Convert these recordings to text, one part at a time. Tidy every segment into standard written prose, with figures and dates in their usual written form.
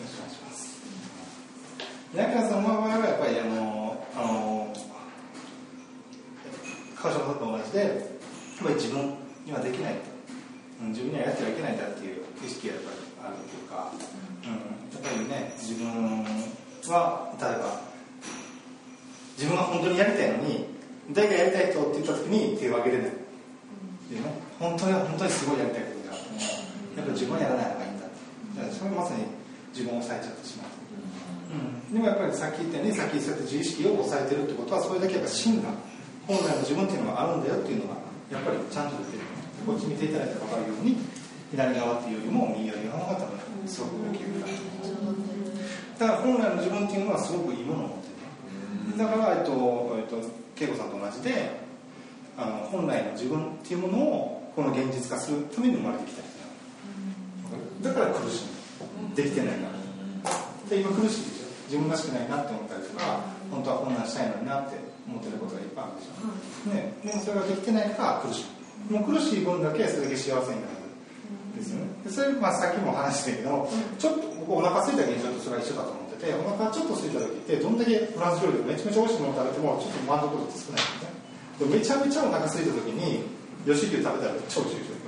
願いします。アキラさんの場合はやっぱり川島さんと同じで、やっぱり自分にはできないと、自分にはやってはいけないんだっていう意識がやっぱりあるというか、やっぱりね、自分は例えば自分は本当にやりたいのに誰がやりたい人って言った時に手を挙げれないっていうね、本当にすごいやりたいことがあってもやっぱり自分はやらない方がいいんだって、だからそれはまさに自分を抑えちゃってしまう、でもやっぱりさっき言ったように、さっきそうやって自意識を抑えてるってことは、それだけやっぱ芯が本来の自分っていうのがあるんだよっていうのがやっぱりちゃんと出てる。こっち見ていただいて分かるように、左側っていうよりも右側の方が多分すごく大きいぐらいだから本来の自分っていうのはすごくいいものを持ってる。だから恵子さんと同じで、本来の自分っていうものをこの現実化するために生まれてきた人だから苦しい、できてないからで今苦しいでしょ、自分らしくないなって思ったりとか、本当はこんなんしたいのになって思ってることがいっぱいあるでしょ、ね、でもそれができてないから苦しい、もう苦しい分だけそれだけ幸せになるですよね。でそれさっきも話したけど、ちょっと僕お腹空いた時にちょっとそれが一緒だと思ってて、お腹ちょっと空いた時ってどんだけフランス料理でめちゃめちゃ美味しいもの食べてもちょっと満足度って少ないんですね。でめちゃめちゃお腹空いた時に吉牛食べたら超重症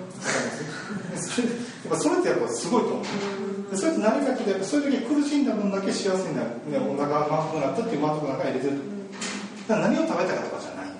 それってやっぱすごいと思う。それって何かっていうと、それだけ苦しんだ分だけ幸せになる、ね、お腹が満腹になったっていう満足の中に入れてる。だから何を食べたかとかじゃない。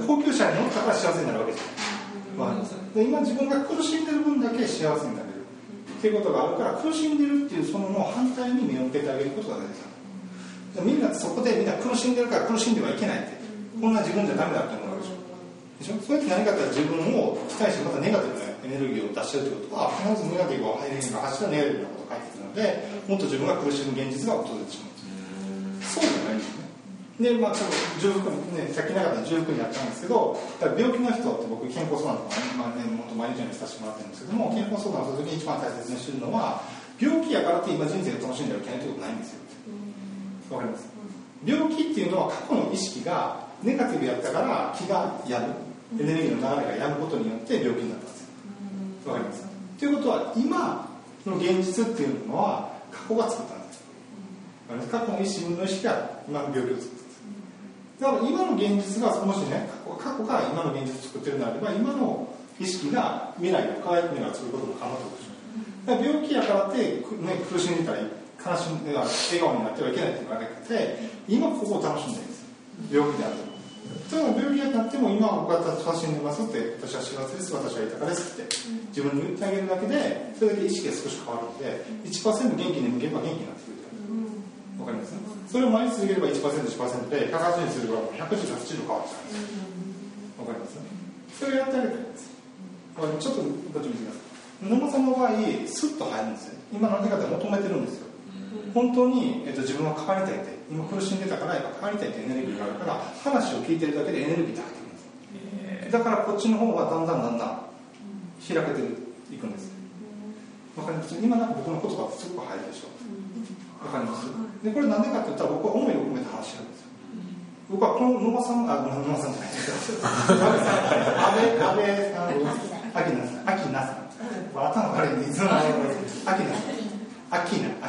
高級車に乗ったから幸せになるわけじゃない。で今自分が苦しんでる分だけ幸せになれるっていうことがあるから、苦しんでるっていうその反対に目を向けてあげることが大事だ。みんなそこでみんな苦しんでるから苦しんではいけないって、こんな自分じゃダメだって思うわけでしょ。それって何かって自分を期待してまたネガティブなエネルギーを出してるってことは、必ずネガティブを入りが走ったネガティブなことが返ってくるので、もっと自分が苦しむ現実が訪れてしまう。そうじゃないんですね。でまあ、重複にね、さっきなかったら重複になっちゃうんですけど、病気の人って僕健康相談とか、もっと毎日のようにさせてもらってるんですけども、健康相談をするときに一番大切にしてるのは、病気やからって今人生を楽しんではいけないということないんですよ。わかります？病気っていうのは過去の意識がネガティブやったから気が病む、エネルギーの流れが病むことによって病気になったんですよ。わかります？ということは今の現実っていうのは過去が作ったんです。過去の自分の意識が今の病気を作った。だから今の現実がもしね、過去が今の現実を作っているのであれば、今の意識が未来を輝く未来を作ることも可能ということです。だから病気やからって、ね、苦しんでたり悲しんで笑顔になってはいけないというわけで、今ここを楽しんでるんです。病気であっても。それは病気になっても今僕は楽しんでますって、私は幸せです、私は豊かですって自分に言ってあげるだけで、それだけ意識が少し変わるので、1% 元気に向けば元気になってくる。わかります？それを毎日続ければ 1%、1% で180にすれば110、80変わっちゃうんです。わかります？それをやってあげたいんです。ちょっとこっち見てください。野間さんの場合、スッと入るんですよ。今の出方を求めてるんですよ。本当に、自分は変わりたいって、今苦しんでたから変わりたいってエネルギーがあるから、話を聞いてるだけでエネルギーって入ってくるんですよ。だからこっちの方がだんだん開けていくんです。わかります？今なんか僕の言葉ってすごく入るでしょ。わかります？でこれなんでかって言ったら、僕は思いを込めて話してるんですよ。僕はこの野間さん、野間さんじゃないですけど、安倍さん、秋名さん、頭悪いんでいつも秋名さん。アキナ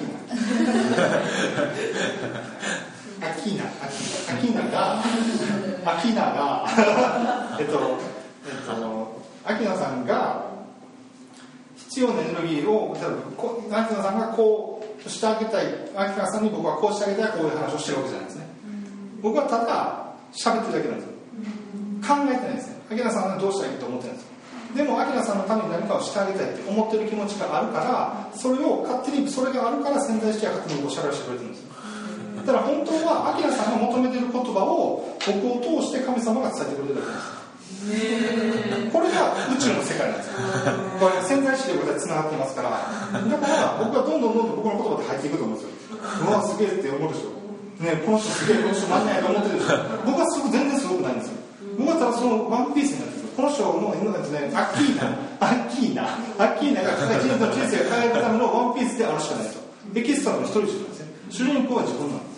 さんが必要なエネルギーを、アキナさんがこうしてあげたい、アキナさんに僕はこうしてあげたい、こういう話をしてるわけじゃないですね。僕はただ喋ってるだけなんですよ。考えてないですね。アキナさんがどうしたらいいと思ってるんですよ。でもアキナさんのために何かをしてあげたいって思ってる気持ちがあるから、それを勝手にそれがあるから潜在意識が勝手におしゃべりしてくれてるんですよ。だから本当はアキナさんが求めてる言葉を僕を通して神様が伝えてくれてるわけです。これが宇宙の世界なんですよ。これ潜在意識で僕はつながってますから、だから僕はどんどん僕の言葉で入っていくと思うんですよ。うわすげえって思うでしょ。ね、この人すげえ、この人間ないと思ってるでしょ。僕は全然すごくないんですよ。僕はただそのワンピースになってるんですよ。この人のアッキーナが人生を変えるためのワンピースであるしかないと。エキストラの一人なんですね。主人公は自分なんです。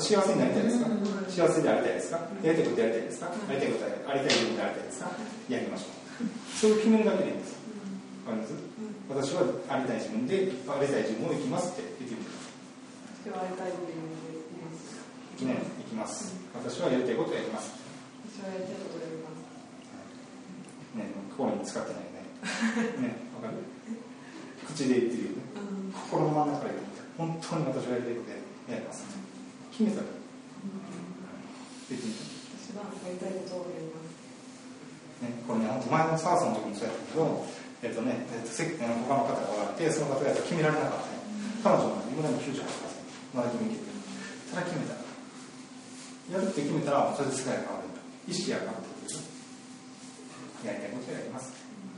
幸せになりたいですか？幸せでありたいですか？やりたいことやりたいですか？やりたいことありたい自分でありたいですか？やりましょう。それを決めるだけでいいんです。わかります？ 私はありたい自分でありたい自分を生きますって言ってみる。 私はありたい自分で生きます。 生きます。私はやりたいことをやります。 私はやりたいことをやります。 ね、心に使ってないよね。ね、わかる？口で言ってるよね。心の真ん中から言って、本当に私はやりたいことをやります。決めたら。言ってみて。 私はやりたいことをやります。 ね、これね、前のサースの時もそうやったけど、他の方がおられて、その方が決められなかったね。彼女は今でも 98%、まだ決めてる。ただ決めた。やるって決めたら、それで世界が変わるんだ。意識が変わってくるでしょ。やりたいことをやります。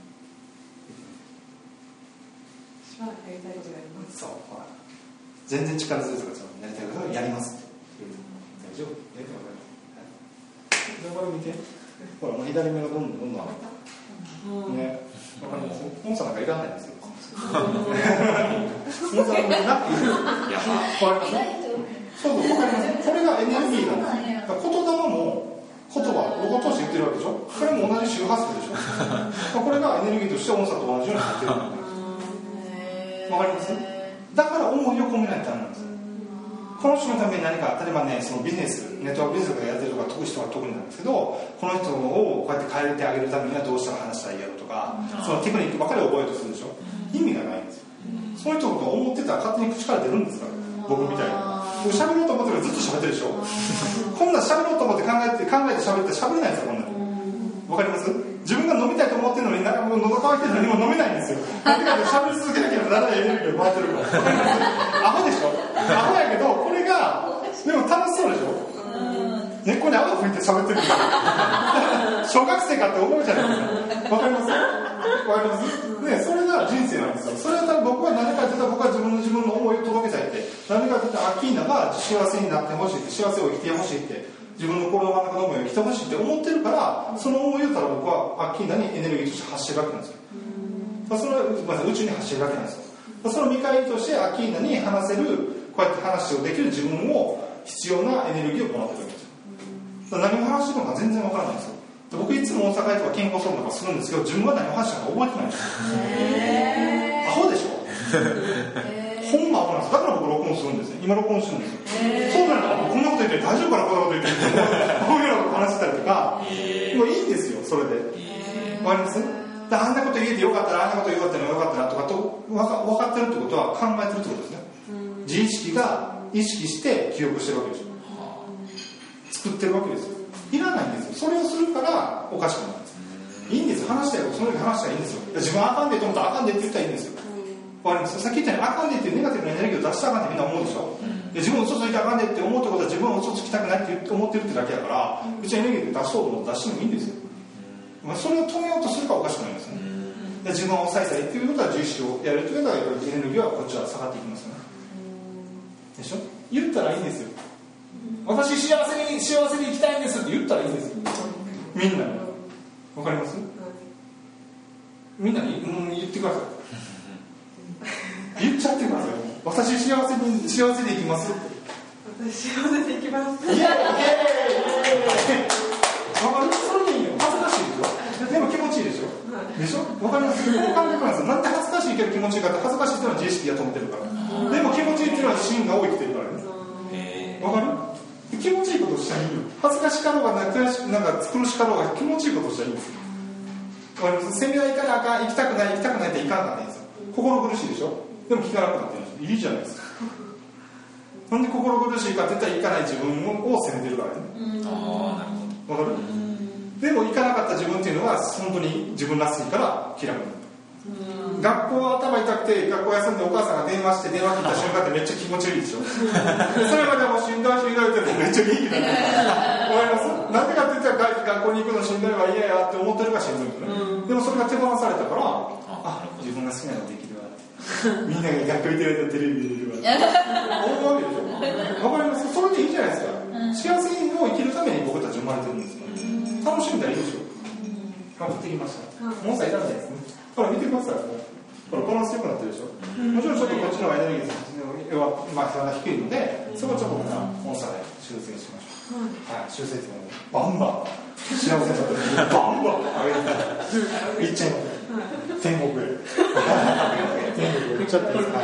私はやりたいことをやります。 そう、ほら。全然力強さが違う。やりたいことをやりますって言うと。大丈夫。やりたいことをやる。これ見て。ほら、もう左目がどんどん上がった。ね。わかります？モンスターなんかいらないんですよ。モンスターなんかなくていい。いや、わかります？そう、わかります。これがエネルギーなんです。言霊も言葉を通して言ってるわけでしょ。これも同じ周波数でしょ。これがエネルギーとして音差と同じようになってるんです。わかります？だから思いを込めないとダメなんです。この人のために何か、例えばね、そのビジネス、ネットワークビジネスがやってるとか、得意人は特になんですけど、この人をこうやって変えてあげるためにはどうしたら話したらいいやろとか、そのテクニックばかり覚えようとするでしょ。意味がないんですよ。そういう人が思ってたら勝手に口から出るんですから、僕みたいに。喋ろうと思ってるからずっと喋ってるでしょ。こんなん喋ろうと思って考えて喋って喋れないんですよ、こんなの。わかります？自分が飲みたいと思ってるのに、喉乾いてるのにも飲めないんですよ。なんでかって喋り続けなきゃならないエネルギーが回ってるから。わかります？アホでしょ？アホやけど、これが、でも楽しそうでしょ？根っこに泡吹いて喋ってるから。小学生かって思うじゃないですか。わかります？わかりますね、それが人生なんですよ。それは多分僕は何かというと、僕は自分の思いを届けたいって、何かというとアッキーナが幸せになってほしいって、幸せを生きてほしいって、自分の心の真ん中の思いを生きてほしいって思ってるから、その思いをたら僕はアッキーナにエネルギーとして発してるわけなんですよ。それは宇宙に発してるわけなんですよ。その見返りとしてアッキーナに話せる、こうやって話をできる自分を必要なエネルギーをもらってるわけですよ。だから何を話してるのか全然わからないんですよ。僕いつも大阪とか健康相談とかするんですけど、自分は何を話したか覚えてないんですよ。アホでしょ。ほんまアホなんです。だから僕録音するんですね。今録音してるんですよ。そうなんだ、こんなこと言って大丈夫かな、こんなこと言ってこういうのを話したりとか、もういいんですよ、それで。わかります？あんなこと言えてよかったら、あんなこと言おうってのよかったなとかと分かってるってことは考えてるってことですね。自意識が意識して記憶してるわけですよ。作ってるわけですよ。いらないんですよ。それをするからおかしくなるんです。いいんですよ。話したいことその時話したらいいんですよ。自分はあかんでと思ったらあかんでって言ったらいいんですよ。わかります？さっき言ったようにあかんでっていうネガティブなエネルギーを出したらあかんってみんな思うでしょ。で自分を嘘ついてあかんでって思うってことは自分は嘘つきたくないって思ってるってだけだから、別にエネルギーで出そうと思って出してもいいんですよ。それを止めようとするからおかしくなりますね。で自分を抑えたいっていうことは重視をやるということはやっぱりエネルギーはこっちは下がっていきますよね。でしょ？言ったらいいんですよ。私幸せに生きたいんですって言ったらいいんですよ。みんなに。わかります？みんなに、言ってください。言っちゃってください。私幸せで生きますって。 私幸せで生きます。 イエーイイエーイイエーイ。わかる？それでいいよ。恥ずかしいでしょ。でも気持ちいいでしょ。でしょ？わかります？この感覚なんですよ。なんで恥ずかしいけど気持ちいいかって、恥ずかしいっていうのは自意識が止めてるから。でも気持ちいいっていうのは芯が生きてるからね。わかる？気持ちいいことしたらいいよ。恥ずかしかろうがなんか苦しかろうが気持ちいいことしたらいいんですよ。わかります？セミナー行かなあかん、行きたくないって行かんかないんですよ。心苦しいでしょ。でも聞かなくなってるんです。いいじゃないですか。なんで心苦しいかって言ったら行かない自分を責めてるからね。ああ、なるほど。わかる？でも行かなかった自分っていうのは本当に自分らしいから気楽になる。学校頭痛くて学校休んでお母さんが電話して電話切った瞬間ってめっちゃ気持ちいいでしょ。それまでもしんどいってめっちゃ元気になる。わかります？なんでかって言ったら学校に行くのしんどいわ嫌やって思ってるからしんどいんですね。でもそれが手放されたから、自分が好きなのできるわ。みんなが学校行ってる間テレビでできるわ。思うわけでしょ。わかります？それでいいじゃないですか。幸せを生きるために僕たち生まれてるんですから。楽しみたらいいでしょ。頑張ってきました。モンスターいらないですね。ほら見てください。これバランス良くなってるでしょ。もちろんちょっとこっちのエネルギーは負担が低いので、そこはちょっとモンスターで修正しましょう。はい、修正っていうのはバンバン幸せになってバンバン上げていっちゃいます。天国へ。 言っちゃっていいですか。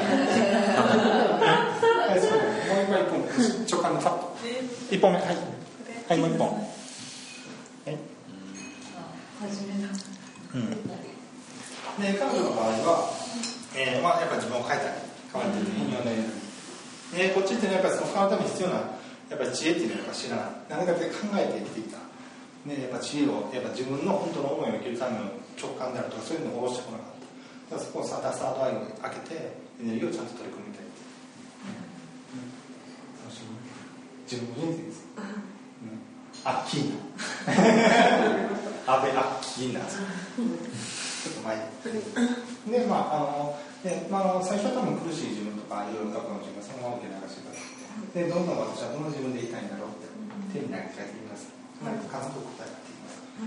はい、そうだね。もう一本直感のパッと。一本目、はい。はい、もう一本。はい。 初めだ。 で、彼女の場合は、まあやっぱり自分を変えたり、変わっていく変容のエネルギー。こっちってね、やっぱりその変わるために必要なやっぱり知恵っていうのはやっぱ知らない。何かって考えて生きてきた。ね、やっぱ知恵をやっぱ自分の本当の思いを生きるための直感であるとかそういうのを下ろしてこなかった。だからそこをサードアイを開けてエネルギーをちゃんと取り組みたい。自分の人生です。アッキーナ。安倍アッキーナ。ちょっと前に。で、まあ最初は多分苦しい自分とかいろいろ過去の自分がそのまま受け流してください。で、どんどん私はどの自分でいたいんだろうって手に投げて書いてみます。なんか感想答えがっています。はい。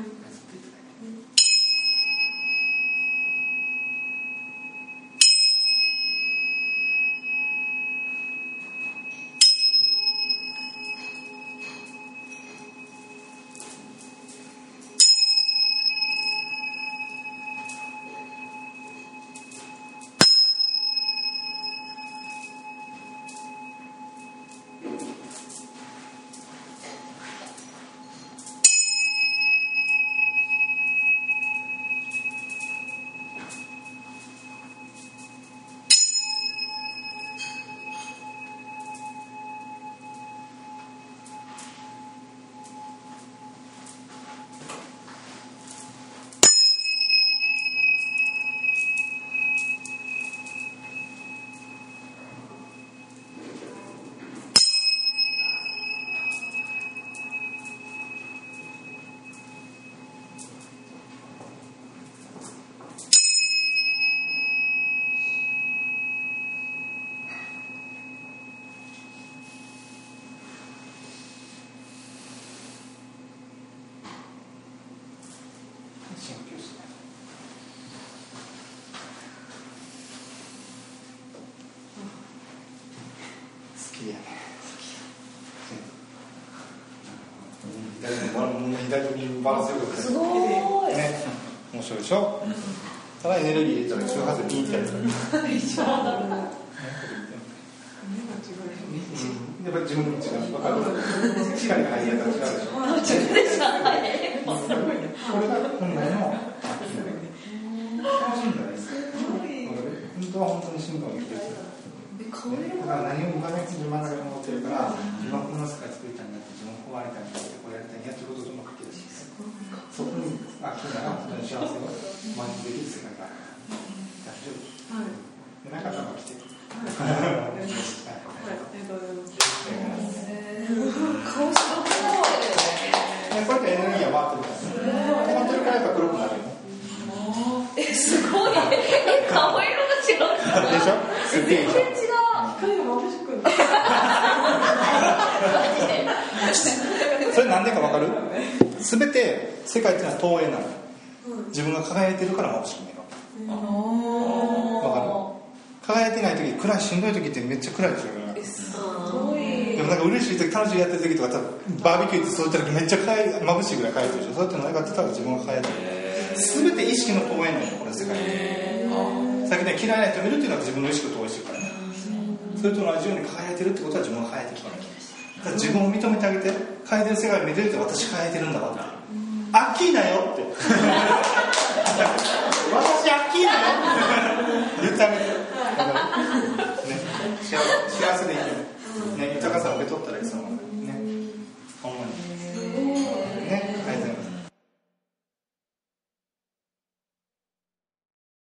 すごいね、 面白いでしょ。ただエネルギー入れたら周波数ピンってやるからやっぱり自分の違う分かる。力が入りやったら違うでしょ。 自分でしかない。 これが本来の楽しんだらいいです。本当は本当に進化を見てる。だから何を今のうちに真ん中に持ってるから自分はこんな世界作りたいんだって自分を壊れたいんだってこれやりたいんやってことをどんどん書き出してそこにあきなら本当に幸せを満足できる世界がある大丈夫。はい。でなかったら来て。はい。ありがとうございます。 顔すごい。 こうやってエネルギーが回ってるから。回ってるからやっぱ黒くなるよね。 すごい。顔色が違う。 でしょ。すげえ。 全然違う。 光が眩しくなる。 それなんでか分かる？すべて世界っていうのは投影なの。自分が輝いてるから眩しく見える。分かる？輝いてない時、暗いしんどい時ってめっちゃ暗いですよね。でもなんか嬉しい時、楽しいやってる時とか、バーベキューってそういった時めっちゃ眩しいぐらい輝いてるでしょ。そうやって何かって言ったら自分が輝いてる。すべて意識の投影なのよ、この世界に。さっきね、嫌いな人を見るっていうのは自分の意識を投影してるからね。それと同じように輝いてるってことは自分が輝いてるからね。だから自分を認めてあげて、輝いてる世界を見てるって私輝いてるんだわって。アッキーだよって私アッキーだよって言ってあげて、ね、幸せでいいよ、ね、豊かさを受け取ったらいい。